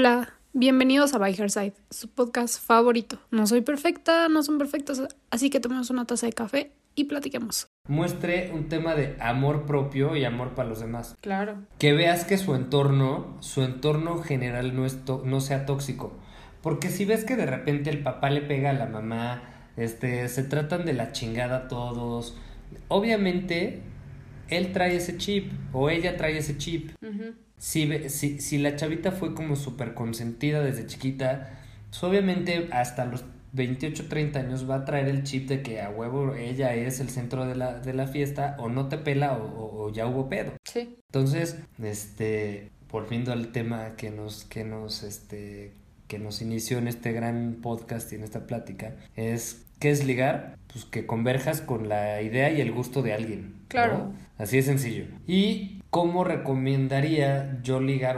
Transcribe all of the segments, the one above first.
Hola, bienvenidos a By Her Side, su podcast favorito. No soy perfecta, no son perfectos, así que tomemos una taza de café y platiquemos. Muestre un tema de amor propio y amor para los demás. Claro. Que veas que su entorno general no sea tóxico. Porque si ves que de repente el papá le pega a la mamá, se tratan de la chingada todos, obviamente él trae ese chip o ella trae ese chip. Uh-huh. Si la chavita fue como súper consentida desde chiquita, pues obviamente hasta los 28, 30 años va a traer el chip de que a huevo ella es el centro de la fiesta, o no te pela o ya hubo pedo. Sí. Entonces, volviendo al tema que nos inició en este gran podcast y en esta plática, ¿qué es ligar? Pues que converjas con la idea y el gusto de alguien. Claro. ¿No? Así de sencillo. Y ¿cómo recomendaría yo ligar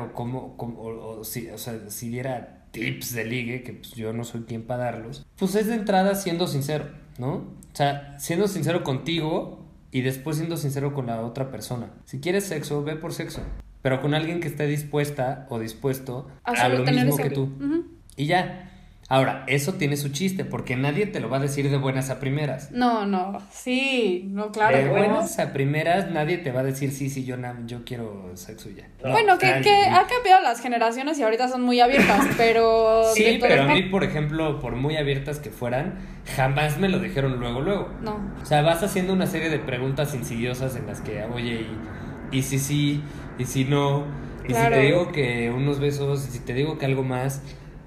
si diera tips de ligue, que pues yo no soy quien para darlos? Pues es de entrada siendo sincero, ¿no? O sea, siendo sincero contigo y después siendo sincero con la otra persona. Si quieres sexo, ve por sexo, pero con alguien que esté dispuesta o dispuesto a lo mismo que tú. Uh-huh. Y ya. Ahora, eso tiene su chiste, porque nadie te lo va a decir de buenas a primeras. No, sí, no, claro. De buenas a primeras nadie te va a decir, sí, yo quiero sexo ya. No, bueno, que ha cambiado las generaciones y ahorita son muy abiertas, pero... Sí, pero a mí, por ejemplo, por muy abiertas que fueran, jamás me lo dijeron luego. No. O sea, vas haciendo una serie de preguntas insidiosas en las que, oye, y si sí, y si no, y claro. Si te digo que unos besos, y si te digo que algo más...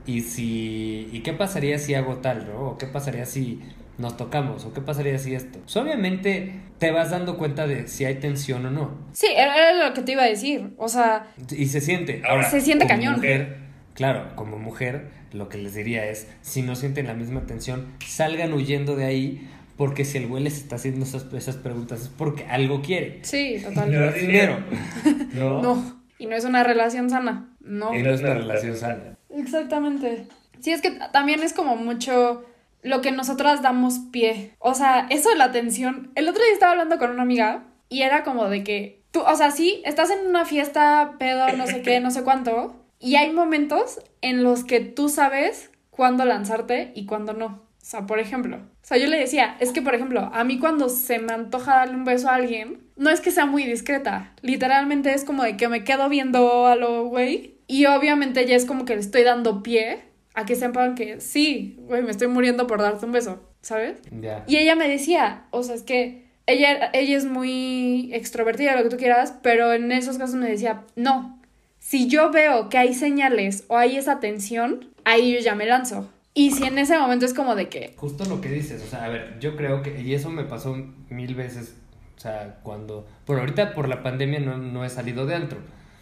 ¿Y qué pasaría si hago tal, no? ¿O qué pasaría si nos tocamos? ¿O qué pasaría si esto? Pues obviamente te vas dando cuenta de si hay tensión o no. Sí, era lo que te iba a decir, o sea... Y se siente. Ahora, se siente como cañón. Mujer, claro, como mujer, lo que les diría es, si no sienten la misma tensión, salgan huyendo de ahí, porque si el güey les está haciendo esas preguntas es porque algo quiere. Sí, total. No es dinero. No. Y no es una relación sana. No. Y no es una relación sana. Exactamente. Sí, es que también es como mucho lo que nosotras damos pie. O sea, eso de la atención. El otro día estaba hablando con una amiga y era como de que tú, o sea, sí, estás en una fiesta, pedo, no sé qué, no sé cuánto, y hay momentos en los que tú sabes cuándo lanzarte y cuándo no. O sea, por ejemplo, yo le decía, es que, por ejemplo, a mí cuando se me antoja darle un beso a alguien, no es que sea muy discreta. Literalmente es como de que me quedo viendo a lo güey. Y obviamente ya es como que le estoy dando pie a que sepan que sí, güey, me estoy muriendo por darte un beso, ¿sabes? Yeah. Y ella me decía, o sea, es que ella es muy extrovertida, lo que tú quieras, pero en esos casos me decía, no, si yo veo que hay señales o hay esa tensión, ahí yo ya me lanzo. Y si en ese momento es como de que... Justo lo que dices, o sea, a ver, yo creo que, y eso me pasó 1000 veces, o sea, bueno, ahorita por la pandemia no he salido de antro.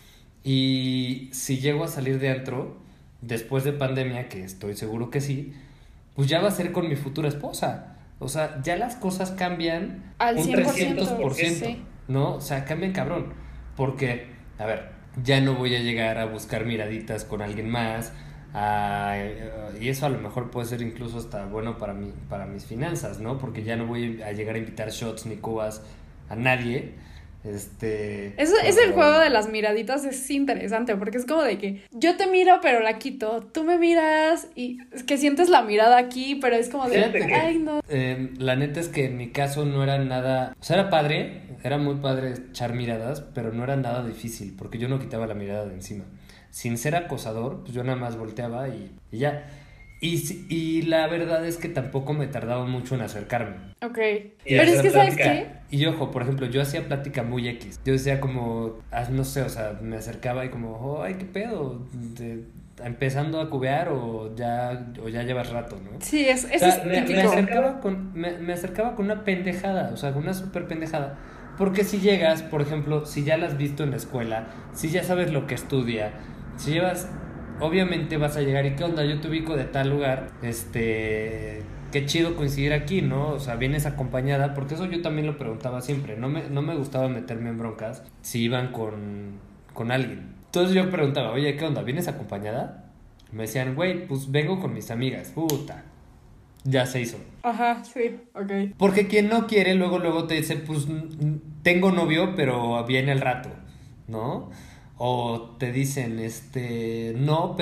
Y si llego a salir de antro, después de pandemia, que estoy seguro que sí, pues ya va a ser con mi futura esposa. O sea, ya las cosas cambian al un 100%, 300%, sí. ¿no? O sea, cambian cabrón. Porque, a ver, ya no voy a llegar a buscar miraditas con alguien más. Y eso a lo mejor puede ser incluso hasta bueno para mis finanzas, ¿no? Porque ya no voy a llegar a invitar shots ni cubas a nadie. Eso es el juego de las miraditas, es interesante porque es como de que yo te miro pero la quito, tú me miras y es que sientes la mirada aquí, pero es como de ay no. La neta es que en mi caso no era nada, o sea, era muy padre echar miradas, pero no era nada difícil porque yo no quitaba la mirada de encima. Sin ser acosador, pues yo nada más volteaba y ya. Y la verdad es que tampoco me tardaba mucho en acercarme. Ok. Pero es que, ¿sabes qué? Y ojo, por ejemplo, yo hacía plática muy X. Yo decía como, no sé, o sea, me acercaba y como, ay, ¿qué pedo? ¿Empezando a cubear o ya llevas rato, no? Sí, eso o sea, es típico. Me acercaba con una pendejada, o sea, con una súper pendejada. Porque si llegas, por ejemplo, si ya la has visto en la escuela, si ya sabes lo que estudia, si llevas... Obviamente vas a llegar y ¿qué onda? Yo te ubico de tal lugar, qué chido coincidir aquí, ¿no? O sea, vienes acompañada, porque eso yo también lo preguntaba siempre, no me gustaba meterme en broncas si iban con alguien. Entonces yo preguntaba, oye, ¿qué onda? ¿Vienes acompañada? Me decían, güey, pues vengo con mis amigas, puta, ya se hizo. Ajá, sí, ok. Porque quien no quiere, luego te dice, pues tengo novio, pero viene al rato, ¿no? o te dicen, no,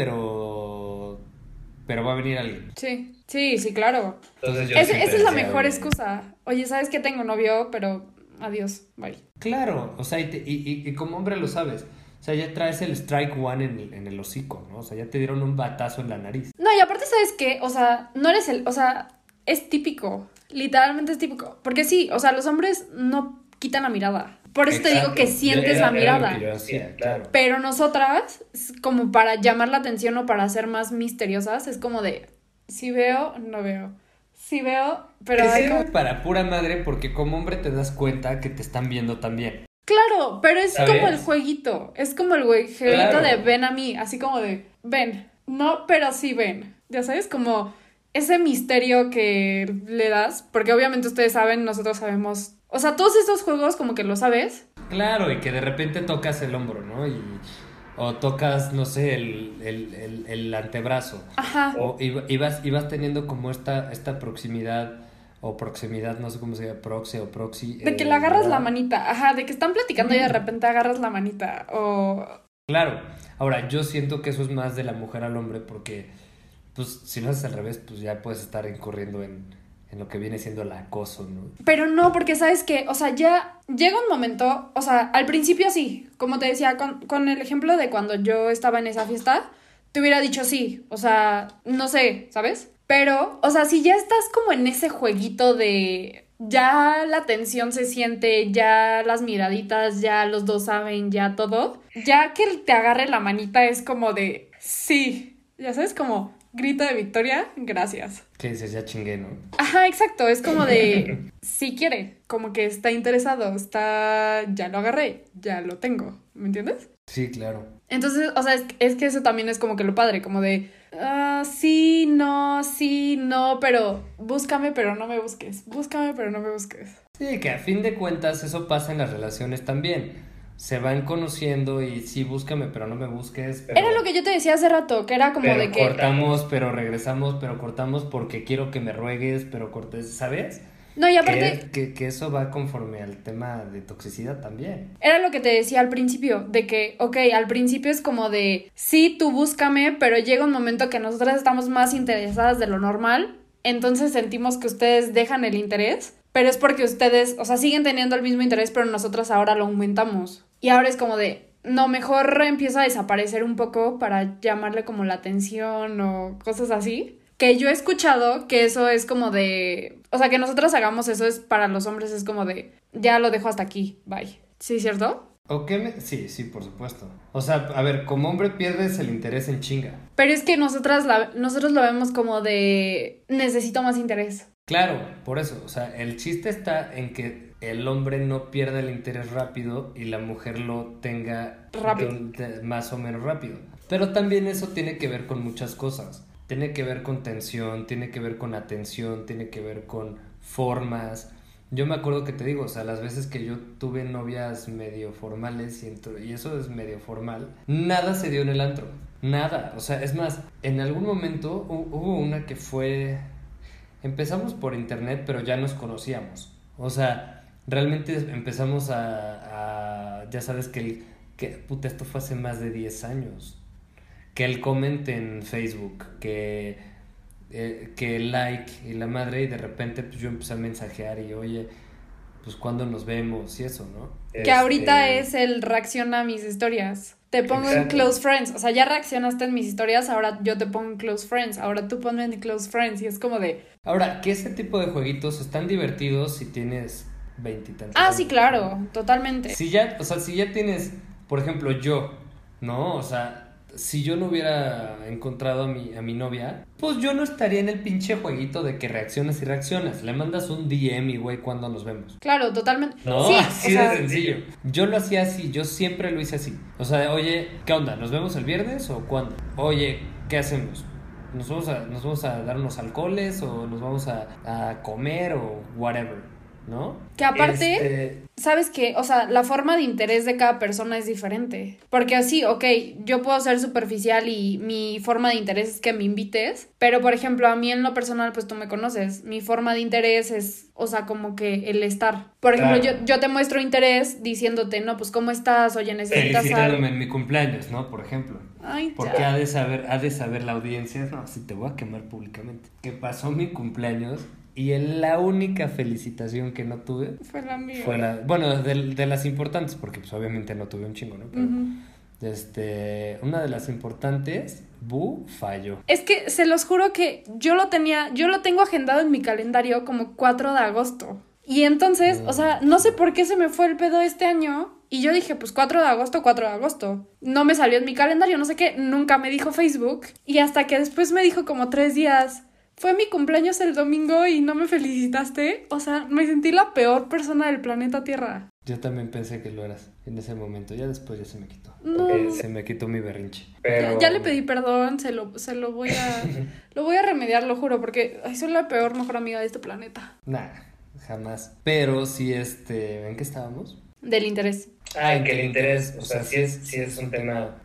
pero va a venir alguien. Sí, claro. Entonces Esa es la mejor excusa. Oye, ¿sabes que tengo novio? Pero adiós, bye. Claro, o sea, y como hombre lo sabes. O sea, ya traes el strike one en el hocico, ¿no? O sea, ya te dieron un batazo en la nariz. No, y aparte, ¿sabes qué? O sea, no eres o sea, es típico. Literalmente es típico. Porque sí, o sea, los hombres no quitan la mirada. Por eso te digo que sientes la mirada. Era lo que yo hacía, claro. Pero nosotras, como para llamar la atención o para ser más misteriosas, es como de, si veo, no veo. Si veo, pero... Que sirve para pura madre porque como hombre te das cuenta que te están viendo también. Claro, pero es ¿sabes? como el jueguito. Es como el jueguito Claro. de ven a mí. Así como de, ven. No, pero sí ven. Ya sabes, como ese misterio que le das. Porque obviamente ustedes saben, nosotros sabemos. O sea, todos estos juegos como que lo sabes. Claro, y que de repente tocas el hombro, ¿no? O tocas, no sé, el antebrazo. Ajá. Y vas teniendo como esta proximidad, o proximidad, no sé cómo se llama, proxy o proxy. De que le agarras ¿verdad? la manita. Ajá, de que están platicando y de repente agarras la manita. O... Claro. Ahora, yo siento que eso es más de la mujer al hombre porque, pues, si lo haces al revés, pues ya puedes estar incurriendo en lo que viene siendo el acoso, ¿no? Pero no, porque sabes que, o sea, ya llega un momento, o sea, al principio sí, como te decía, con el ejemplo de cuando yo estaba en esa fiesta, te hubiera dicho sí, o sea, no sé, ¿sabes? Pero, o sea, si ya estás como en ese jueguito de ya la tensión se siente, ya las miraditas, ya los dos saben, ya todo, ya que te agarre la manita es como de sí, ya sabes, como grito de victoria, gracias. Que dices, ya chingué, ¿no? Ajá, exacto, es como de si quiere, como que está interesado, ya lo agarré, ya lo tengo, ¿me entiendes? Sí, claro. Entonces, o sea, es que eso también es como que lo padre, como de sí, no, pero búscame, pero no me busques, búscame, pero no me busques. Sí, que a fin de cuentas eso pasa en las relaciones también. Se van conociendo y sí, búscame, pero no me busques. Pero, Era lo que yo te decía hace rato, que era como pero de que... cortamos, pero regresamos, pero cortamos porque quiero que me ruegues, pero cortes, ¿sabes? No, y aparte... Que eso va conforme al tema de toxicidad también. Era lo que te decía al principio, de que, ok, al principio es como de, sí, tú búscame, pero llega un momento que nosotras estamos más interesadas de lo normal, entonces sentimos que ustedes dejan el interés, pero es porque ustedes, o sea, siguen teniendo el mismo interés, pero nosotras ahora lo aumentamos. Y ahora es como de, no, mejor empieza a desaparecer un poco para llamarle como la atención o cosas así. Que yo he escuchado que eso es como de... O sea, que nosotros hagamos eso es para los hombres, es como de... Ya lo dejo hasta aquí, bye. ¿Sí, cierto? Sí, por supuesto. O sea, a ver, como hombre pierdes el interés en chinga. Pero es que nosotros lo vemos como de... Necesito más interés. Claro, por eso. O sea, el chiste está en que el hombre no pierda el interés rápido y la mujer lo tenga Rápido. más o menos rápido. Pero también eso tiene que ver con muchas cosas. Tiene que ver con tensión, tiene que ver con atención, tiene que ver con formas. Yo me acuerdo que te digo, o sea, las veces que yo tuve novias medio formales y eso es medio formal, nada se dio en el antro, nada. O sea, es más, en algún momento hubo una que fue... Empezamos por internet, pero ya nos conocíamos. O sea, realmente empezamos ya sabes puta, esto fue hace más de 10 años. Que el comment en Facebook, que el like y la madre, y de repente pues yo empecé a mensajear y oye, pues cuándo nos vemos y eso, ¿no? Que ahorita es el reacciona a mis historias. Te pongo en close friends, o sea, ya reaccionaste en mis historias, ahora yo te pongo en close friends, ahora tú ponme en close friends y es como de... Ahora, que ese tipo de jueguitos están divertidos si tienes 20 y tantos Ah, años, sí, claro, totalmente. Si ya tienes, por ejemplo, yo, ¿no? O sea, si yo no hubiera encontrado a mi novia, pues yo no estaría en el pinche jueguito de que reaccionas y reaccionas. Le mandas un DM y güey, ¿cuándo nos vemos? Claro, totalmente. No, sí, así de sencillo. Yo lo hacía así, yo siempre lo hice así. O sea, oye, ¿qué onda? ¿Nos vemos el viernes o cuándo? Oye, ¿qué hacemos? ¿Nos vamos a dar unos alcoholes o nos vamos a comer o whatever? ¿no? Que aparte, ¿sabes qué? O sea, la forma de interés de cada persona es diferente. Porque así, ok, yo puedo ser superficial y mi forma de interés es que me invites, pero por ejemplo, a mí en lo personal, pues tú me conoces, mi forma de interés es, o sea, como que el estar. Por ejemplo, Claro. yo te muestro interés diciéndote, no, pues ¿cómo estás? Oye, necesitas Felicitándome algo. en mi cumpleaños, ¿no? Por ejemplo. Ay, Porque ya. ha de saber la audiencia, no, si te voy a quemar públicamente, que pasó mi cumpleaños y la única felicitación que no tuve Fue la mía. fue bueno, de las importantes, porque pues obviamente no tuve un chingo, ¿no? Pero, una de las importantes, falló. Es que se los juro que yo lo tengo agendado en mi calendario como 4 de agosto. Y entonces, o sea, no sé por qué se me fue el pedo este año. Y yo dije, pues 4 de agosto, 4 de agosto. No me salió en mi calendario, no sé qué, nunca me dijo Facebook. Y hasta que después me dijo como 3 días, fue mi cumpleaños el domingo y no me felicitaste. O sea, me sentí la peor persona del planeta Tierra. Yo también pensé que lo eras en ese momento, ya después ya se me quitó. No. Se me quitó mi berrinche. Ya le pedí perdón, se lo voy a lo voy a remediar, lo juro, porque ay, soy la peor mejor amiga de este planeta. Nah, jamás. Pero sí, ¿en qué estábamos? Del interés. En que el interés, o sea, sí es un tema,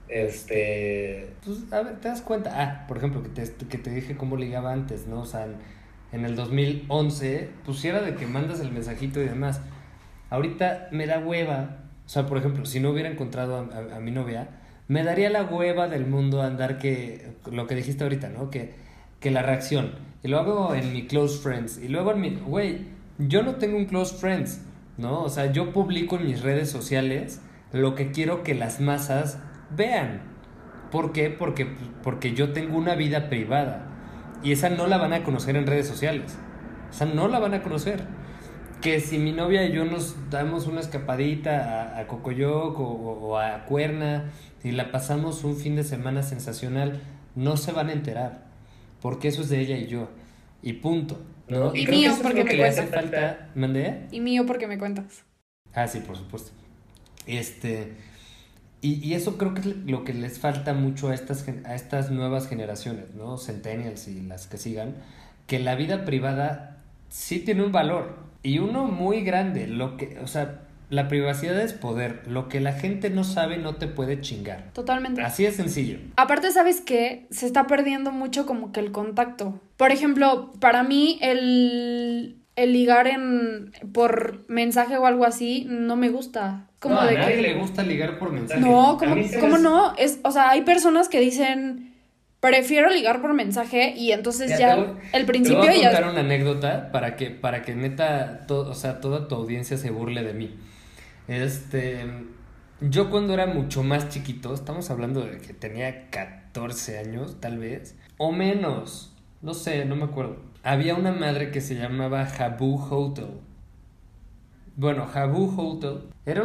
pues, a ver, te das cuenta, por ejemplo, que te dije cómo ligaba antes, ¿no? O sea, en el 2011, pues sí era de que mandas el mensajito y demás. Ahorita me da hueva, o sea, por ejemplo, si no hubiera encontrado a mi novia, me daría la hueva del mundo andar lo que dijiste ahorita, ¿no? Que la reacción, y lo hago en mi close friends, y luego güey, yo no tengo un close friends, ¿no? O sea, yo publico en mis redes sociales lo que quiero que las masas vean. ¿Por qué? Porque yo tengo una vida privada y esa no la van a conocer en redes sociales. Esa no la van a conocer. Que si mi novia y yo nos damos una escapadita a Cocoyoc o a Cuerna y la pasamos un fin de semana sensacional, no se van a enterar. Porque eso es de ella y yo. Y punto, ¿no? Y creo mío, que eso es porque lo que me le hace cuentas. falta. ¿Mandé? Y mío porque me cuentas. Ah, sí, por supuesto. Y eso creo que es lo que les falta mucho a estas nuevas generaciones, ¿no? Centennials y las que sigan, que la vida privada sí tiene un valor y uno muy grande. O sea, la privacidad es poder. Lo que la gente no sabe no te puede chingar. Totalmente. Así de sencillo. Aparte, ¿sabes qué? Se está perdiendo mucho como que el contacto. Por ejemplo, para mí el ligar por mensaje o algo así no me gusta. Como no, de a nadie que le gusta ligar por mensaje. no, ¿cómo no? O sea, hay personas que dicen prefiero ligar por mensaje y entonces el principio te voy a ya contar una anécdota para que neta o sea, toda tu audiencia se burle de mí. Yo cuando era mucho más chiquito, estamos hablando de que tenía 14 años, tal vez, o menos, no sé, no me acuerdo. Había una madre que se llamaba Habu Hotel. Bueno, Habu Hotel era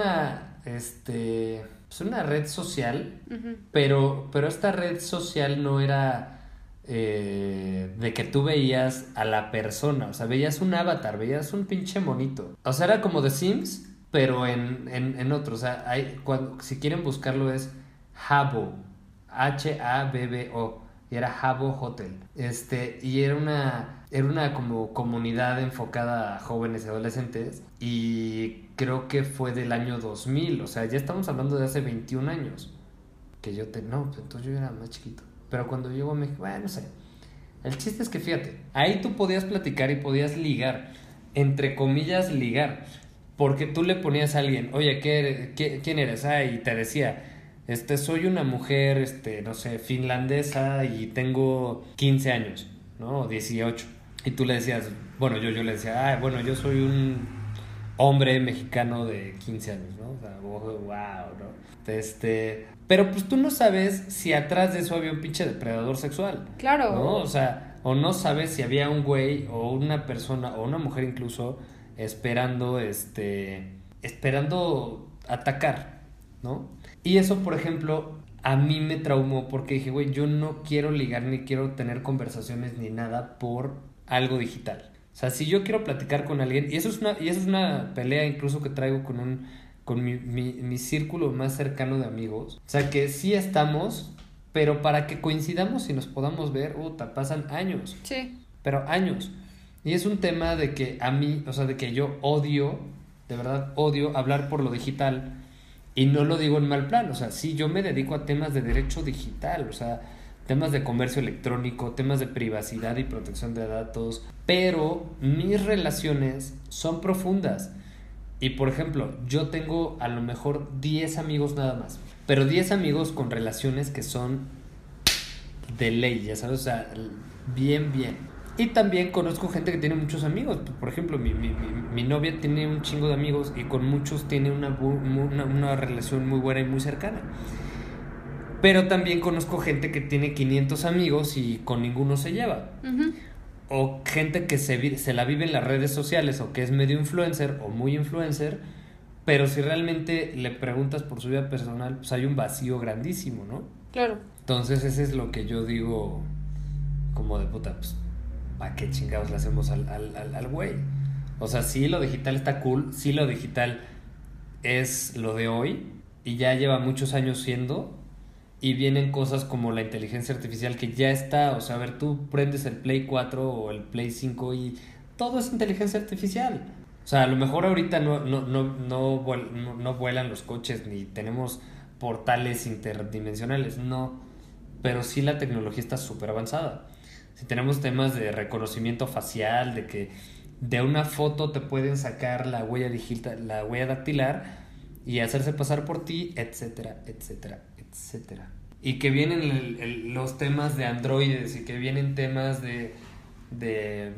pues una red social, pero esta red social no era de que tú veías a la persona, o sea, veías un avatar, veías un pinche monito. O sea, era como The Sims, pero en otro. O sea, si quieren buscarlo es Habbo, Habbo, y era Habbo Hotel. Y era una como comunidad enfocada a jóvenes y adolescentes, y creo que fue del año 2000, o sea, ya estamos hablando de hace 21 años. No, pues entonces yo era más chiquito. Pero cuando llegó a México, bueno, no sé. El chiste es que fíjate, ahí tú podías platicar y podías ligar, entre comillas ligar, porque tú le ponías a alguien, oye, ¿quién eres? Y te decía, soy una mujer, no sé, finlandesa y tengo 15 años, ¿no? O 18. Y tú le decías, bueno, yo le decía, bueno, yo soy un hombre mexicano de 15 años, ¿no? O sea, wow, ¿no? Pero pues tú no sabes si atrás de eso había un pinche depredador sexual. Claro. ¿No? O sea, o no sabes si había un güey o una persona o una mujer incluso esperando atacar, ¿no? Y eso, por ejemplo, a mí me traumó porque dije, güey, yo no quiero ligar ni quiero tener conversaciones ni nada por algo digital. O sea, si yo quiero platicar con alguien, y eso es una pelea incluso que traigo con mi círculo más cercano de amigos. O sea, que sí estamos, pero para que coincidamos y nos podamos ver, pasan años. Sí. Pero años. Y es un tema de que a mí, o sea, de que yo odio, de verdad odio hablar por lo digital. Y no lo digo en mal plan, o sea, sí, yo me dedico a temas de derecho digital, o sea, temas de comercio electrónico, temas de privacidad y protección de datos, pero mis relaciones son profundas. Y por ejemplo, yo tengo a lo mejor 10 amigos nada más, pero 10 amigos con relaciones que son de ley, ya sabes, o sea, bien, bien. Y también conozco gente que tiene muchos amigos. Por ejemplo, mi novia tiene un chingo de amigos y con muchos tiene una relación muy buena y muy cercana. Pero también conozco gente que tiene 500 amigos y con ninguno se lleva. Ujú. O gente que se la vive en las redes sociales o que es medio influencer o muy influencer, pero si realmente le preguntas por su vida personal, pues hay un vacío grandísimo, ¿no? Claro. Entonces ese es lo que yo digo como de puta, pues, ¿para qué chingados le hacemos al güey? O sea, sí, lo digital está cool, sí, lo digital es lo de hoy y ya lleva muchos años siendo, y vienen cosas como la inteligencia artificial que ya está, o sea, a ver, tú prendes el Play 4 o el Play 5 y todo es inteligencia artificial. O sea, a lo mejor ahorita no vuelan los coches ni tenemos portales interdimensionales, no, pero sí la tecnología está súper avanzada. Si tenemos temas de reconocimiento facial, de que de una foto te pueden sacar la huella digital, la huella dactilar y hacerse pasar por ti, etcétera, etcétera, etcétera. Y que vienen los temas de androides y que vienen temas de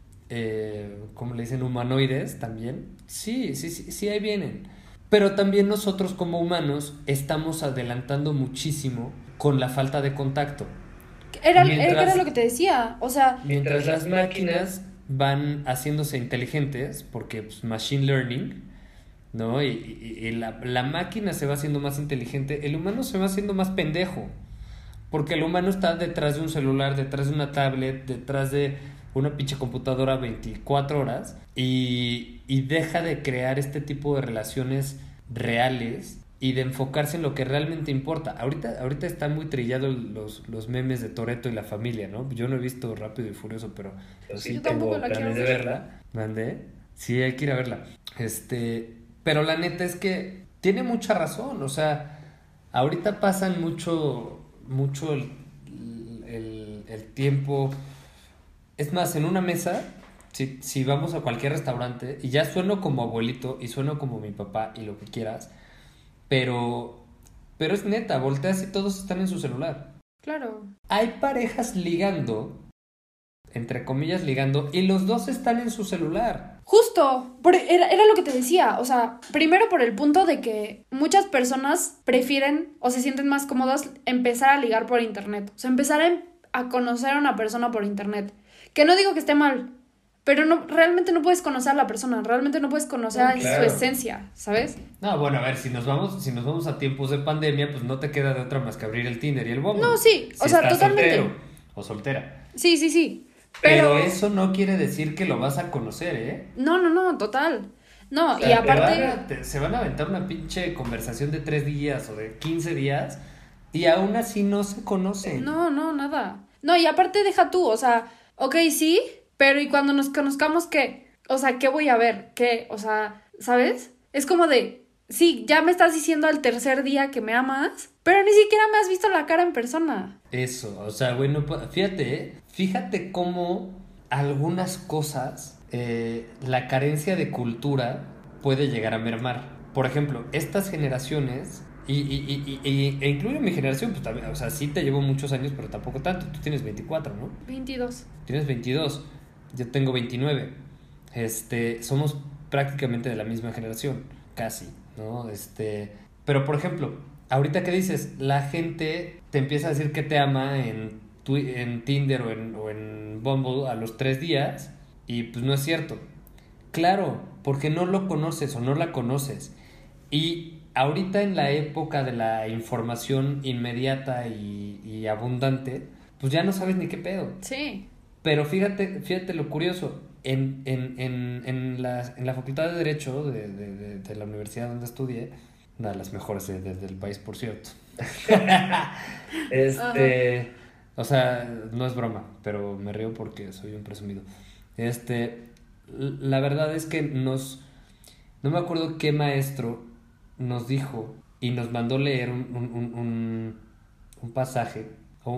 ¿cómo le dicen? Humanoides también. Sí, sí, sí, sí, ahí vienen. Pero también nosotros como humanos estamos adelantando muchísimo con la falta de contacto. Era lo que te decía, o sea, Mientras las máquinas van haciéndose inteligentes, porque pues, machine learning, ¿no? Y la máquina se va haciendo más inteligente, el humano se va haciendo más pendejo, porque el humano está detrás de un celular, detrás de una tablet, detrás de una pinche computadora 24 horas y deja de crear este tipo de relaciones reales y de enfocarse en lo que realmente importa. Ahorita está muy trillado los memes de Toretto y la familia, ¿no? Yo no he visto Rápido y Furioso, pero sí yo tengo tampoco la quiero planes de ver. verla. ¿Mandé? Sí, hay que ir a verla. Pero la neta es que tiene mucha razón, o sea, ahorita pasan mucho el tiempo. Es más, en una mesa, si vamos a cualquier restaurante, y ya sueno como abuelito y sueno como mi papá y lo que quieras, pero, pero es neta, volteas y todos están en su celular. claro. Hay parejas ligando, entre comillas ligando, y los dos están en su celular. Justo, era lo que te decía, o sea, primero por el punto de que muchas personas prefieren o se sienten más cómodas empezar a ligar por internet, o sea, empezar a conocer a una persona por internet, que no digo que esté mal, pero realmente no puedes conocer a la persona, realmente no puedes conocer No, a claro. su esencia, ¿sabes? No, bueno, a ver, si nos vamos a tiempos de pandemia, pues no te queda de otra más que abrir el Tinder y el Bumble. No, sí, o Si sea, estás totalmente. soltero o soltera. Sí, sí, sí, Pero eso no quiere decir que lo vas a conocer, ¿eh? No, total. No, O sea, y aparte... se van a aventar una pinche conversación de 3 días o de 15 días y aún así no se conocen. No, nada. No, y aparte deja tú, o sea, ok, sí, pero ¿y cuando nos conozcamos qué? O sea, ¿qué voy a ver? ¿Qué? O sea, ¿sabes? Es como de, sí, ya me estás diciendo al tercer día que me amas, pero ni siquiera me has visto la cara en persona. Eso, o sea, güey, fíjate cómo algunas cosas, la carencia de cultura puede llegar a mermar. Por ejemplo, estas generaciones, e incluyo mi generación, pues también, o sea, sí te llevo muchos años, pero tampoco tanto. Tú tienes 24, ¿no? 22. Tienes 22, yo tengo 29. Somos prácticamente de la misma generación, casi, ¿no? Pero por ejemplo, ahorita que dices, la gente te empieza a decir que te ama en Tinder o en Bumble a los 3 días y pues no es cierto. Claro, porque no lo conoces o no la conoces. Y ahorita en la época de la información inmediata y abundante, pues ya no sabes ni qué pedo. Sí. Pero fíjate lo curioso, en la Facultad de Derecho de la universidad donde estudié, una de las mejores del país, por cierto. O sea, no es broma, pero me río porque soy un presumido. Este, la verdad es que no me acuerdo qué maestro nos dijo y nos mandó leer un pasaje, o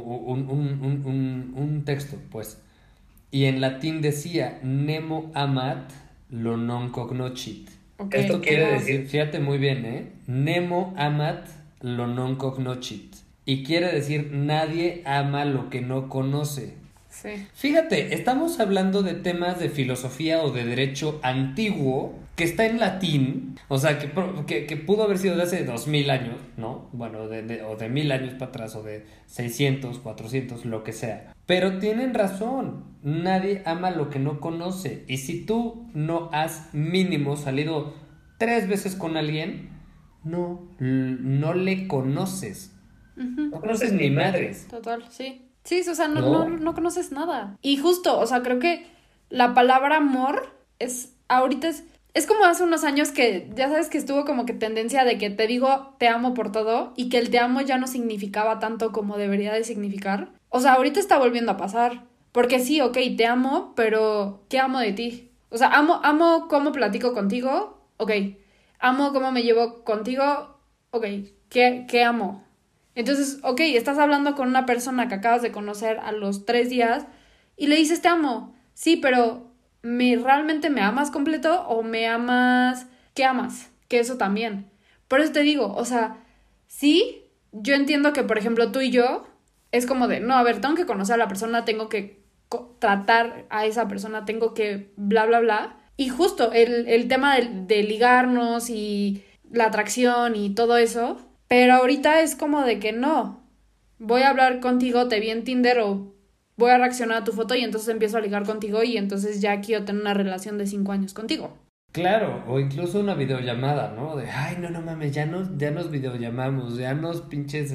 un texto, pues. Y en latín decía, Nemo amat lo non cognoscit. Okay. Esto quiere decir, fíjate muy bien, Nemo amat lo non cognoscit. Y quiere decir, nadie ama lo que no conoce. Sí. Fíjate, estamos hablando de temas de filosofía o de derecho antiguo que está en latín, o sea, que pudo haber sido de hace 2000 años, ¿no? Bueno, o de 1000 años para atrás, o de 600, 400, lo que sea. Pero tienen razón, nadie ama lo que no conoce. Y si tú no has mínimo salido 3 veces con alguien, no le conoces. Uh-huh. No conoces ni madres. Total, sí. Sí, o sea, no conoces nada. Y justo, o sea, creo que la palabra amor ahorita es como hace unos años que ya sabes que estuvo como que tendencia de que te digo te amo por todo y que el te amo ya no significaba tanto como debería de significar. O sea, ahorita está volviendo a pasar. Porque sí, ok, te amo, pero ¿qué amo de ti? O sea, amo cómo platico contigo, ok. Amo cómo me llevo contigo, ok. ¿Qué amo? Entonces, ok, estás hablando con una persona que acabas de conocer a los 3 días y le dices te amo. Sí, pero ¿realmente me amas completo o me amas? ¿Qué amas? Que eso también. Por eso te digo, o sea, sí, yo entiendo que, por ejemplo, tú y yo, es como de, no, a ver, tengo que conocer a la persona, tengo que tratar a esa persona, tengo que bla, bla, bla. Y justo el tema de ligarnos y la atracción y todo eso. Pero ahorita es como de que no, voy a hablar contigo, te vi en Tinder o voy a reaccionar a tu foto y entonces empiezo a ligar contigo y entonces ya quiero tener una relación de 5 años contigo. Claro, o incluso una videollamada, ¿no? De, ay, no mames, ya nos videollamamos, ya nos pinches,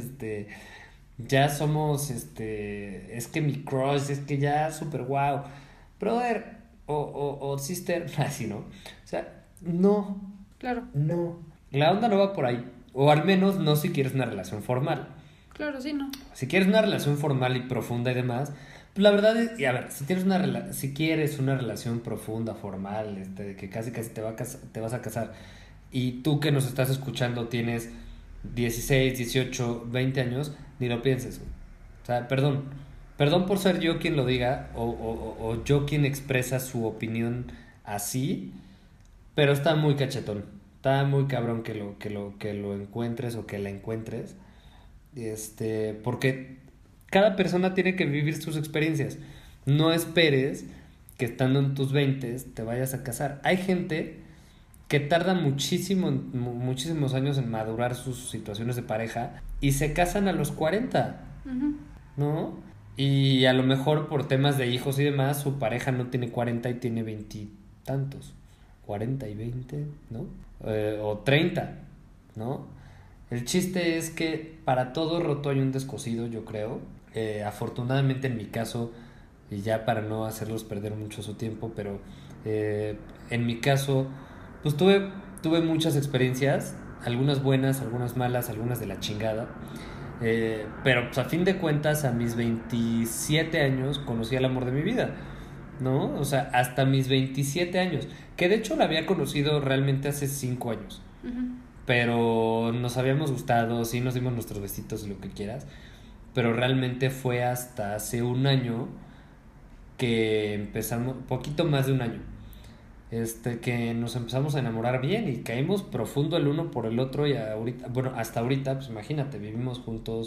ya somos, es que mi crush, es que ya super guau. Brother, o sister, así, ¿no? O sea, no. Claro. No. La onda no va por ahí. O al menos no si quieres una relación formal. Claro, sí, no. Si quieres una relación formal y profunda y demás, pues la verdad es, y a ver, si quieres una relación profunda, formal, de que casi te vas a casar, y tú que nos estás escuchando tienes 16, 18, 20 años, ni lo pienses. O sea, perdón por ser yo quien lo diga, o yo quien expresa su opinión así, pero está muy cachetón. Está muy cabrón que lo encuentres o que la encuentres. Porque cada persona tiene que vivir sus experiencias. No esperes que estando en tus 20 te vayas a casar. Hay gente que tarda muchísimos años en madurar sus situaciones de pareja y se casan a los 40, Uh-huh. ¿no? Y a lo mejor por temas de hijos y demás, su pareja no tiene 40 y tiene 20 y tantos. 40 y 20, ¿no? O 30, ¿no? El chiste es que para todo roto hay un descosido, yo creo. Afortunadamente en mi caso, y ya para no hacerlos perder mucho su tiempo, pero en mi caso, pues tuve muchas experiencias, algunas buenas, algunas malas, algunas de la chingada. Pero pues a fin de cuentas, a mis 27 años conocí al amor de mi vida, ¿no? O sea, hasta mis 27 años, que de hecho la había conocido realmente hace 5 años. Uh-huh. Pero nos habíamos gustado, sí nos dimos nuestros besitos y lo que quieras, pero realmente fue hasta hace un año que empezamos, poquito más de un año, que nos empezamos a enamorar bien y caímos profundo el uno por el otro y ahorita, bueno, hasta ahorita, pues imagínate, vivimos juntos,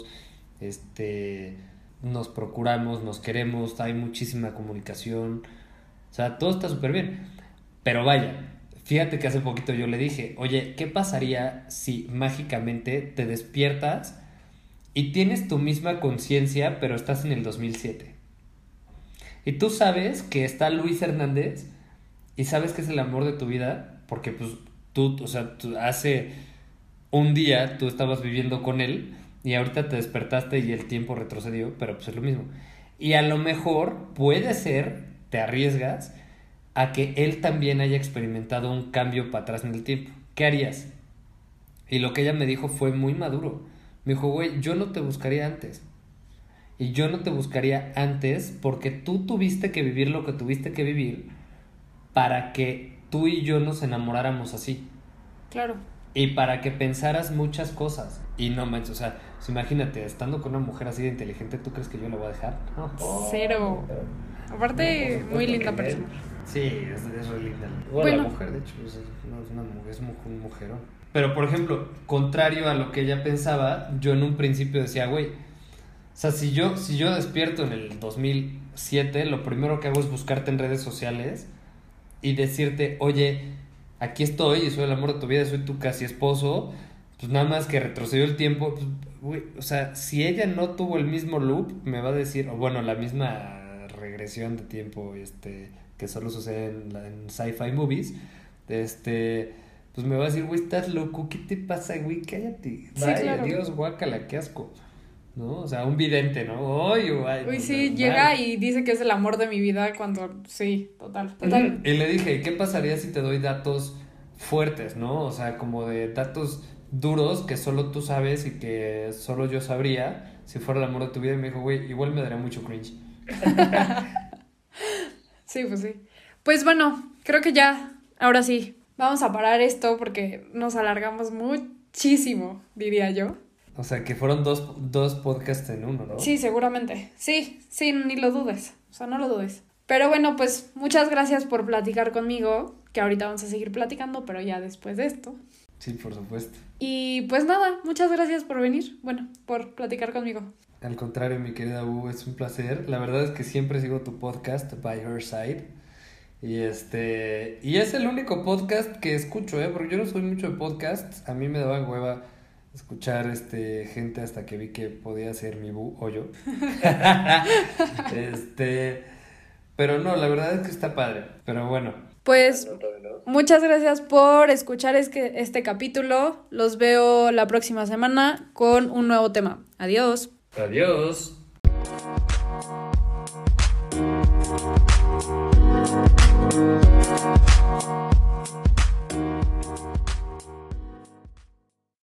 nos procuramos, nos queremos, hay muchísima comunicación, o sea, todo está súper bien, pero vaya, fíjate que hace poquito yo le dije, oye, ¿qué pasaría si mágicamente te despiertas y tienes tu misma conciencia, pero estás en el 2007? Y tú sabes que está Luis Hernández y sabes que es el amor de tu vida, porque pues tú hace un día tú estabas viviendo con él y ahorita te despertaste y el tiempo retrocedió, pero pues es lo mismo. Y a lo mejor puede ser, te arriesgas a que él también haya experimentado un cambio para atrás en el tiempo. ¿Qué harías? Y lo que ella me dijo fue muy maduro. Me dijo, güey, yo no te buscaría antes. y yo no te buscaría antes porque tú tuviste que vivir lo que tuviste que vivir para que tú y yo nos enamoráramos así. Claro. Y para que pensaras muchas cosas. Y no manches, o sea, pues imagínate, estando con una mujer así de inteligente, ¿tú crees que yo la voy a dejar? No. Cero. Aparte, muy linda persona. Sí, es re linda. Igual Bueno. la mujer, de hecho, es una mujer, es un mujerón. Pero, por ejemplo, contrario a lo que ella pensaba, yo en un principio decía, güey, o sea, si yo despierto en el 2007, lo primero que hago es buscarte en redes sociales y decirte, oye, aquí estoy y soy el amor de tu vida, soy tu casi esposo, pues nada más que retrocedió el tiempo, pues, güey, o sea, si ella no tuvo el mismo loop, me va a decir, o bueno, la misma regresión de tiempo, que solo sucede en sci-fi movies, pues me va a decir, güey, estás loco, ¿qué te pasa, güey? Cállate. Sí, Vaya, claro. Dios, guácala, qué asco. ¿No? O sea, un vidente, ¿no? Ay, Uy, sí, llega y dice que es el amor de mi vida cuando... Sí, total. Y le dije, ¿qué pasaría si te doy datos fuertes, ¿no? O sea, como de datos duros que solo tú sabes y que solo yo sabría si fuera el amor de tu vida. Y me dijo, güey, igual me daría mucho cringe. Sí, pues sí. Pues bueno, creo que ya, ahora sí, vamos a parar esto porque nos alargamos muchísimo, diría yo. O sea, que fueron dos podcasts en uno, ¿no? Sí, seguramente. Sí, ni lo dudes. O sea, no lo dudes. Pero bueno, pues muchas gracias por platicar conmigo, que ahorita vamos a seguir platicando, pero ya después de esto. Sí, por supuesto. Y pues nada, muchas gracias por venir, bueno, por platicar conmigo. Al contrario, mi querida U, es un placer. La verdad es que siempre sigo tu podcast, By Her Side. Y y es el único podcast que escucho, porque yo no soy mucho de podcasts. A mí me daba hueva escuchar gente hasta que vi que podía ser mi Bu o yo. Pero no, la verdad es que está padre. Pero bueno. Pues muchas gracias por escuchar este capítulo. Los veo la próxima semana con un nuevo tema. Adiós. Adiós.